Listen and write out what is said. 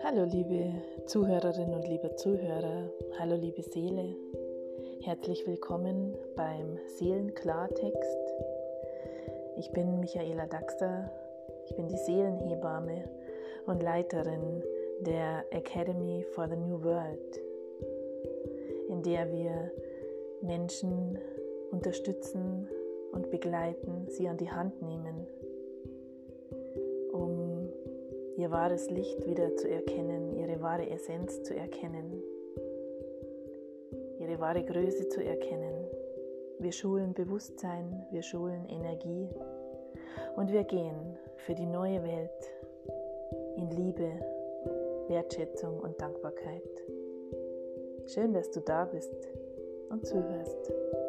Hallo liebe Zuhörerinnen und lieber Zuhörer, hallo liebe Seele, herzlich willkommen beim Seelenklartext. Ich bin Michaela Daxter, ich bin die Seelenhebamme und Leiterin der Academy for the New World, in der wir Menschen unterstützen und begleiten, sie an die Hand nehmen, um ihr wahres Licht wieder zu erkennen, ihre wahre Essenz zu erkennen, ihre wahre Größe zu erkennen. Wir schulen Bewusstsein, wir schulen Energie und wir gehen für die neue Welt in Liebe, Wertschätzung und Dankbarkeit. Schön, dass du da bist und zuhörst.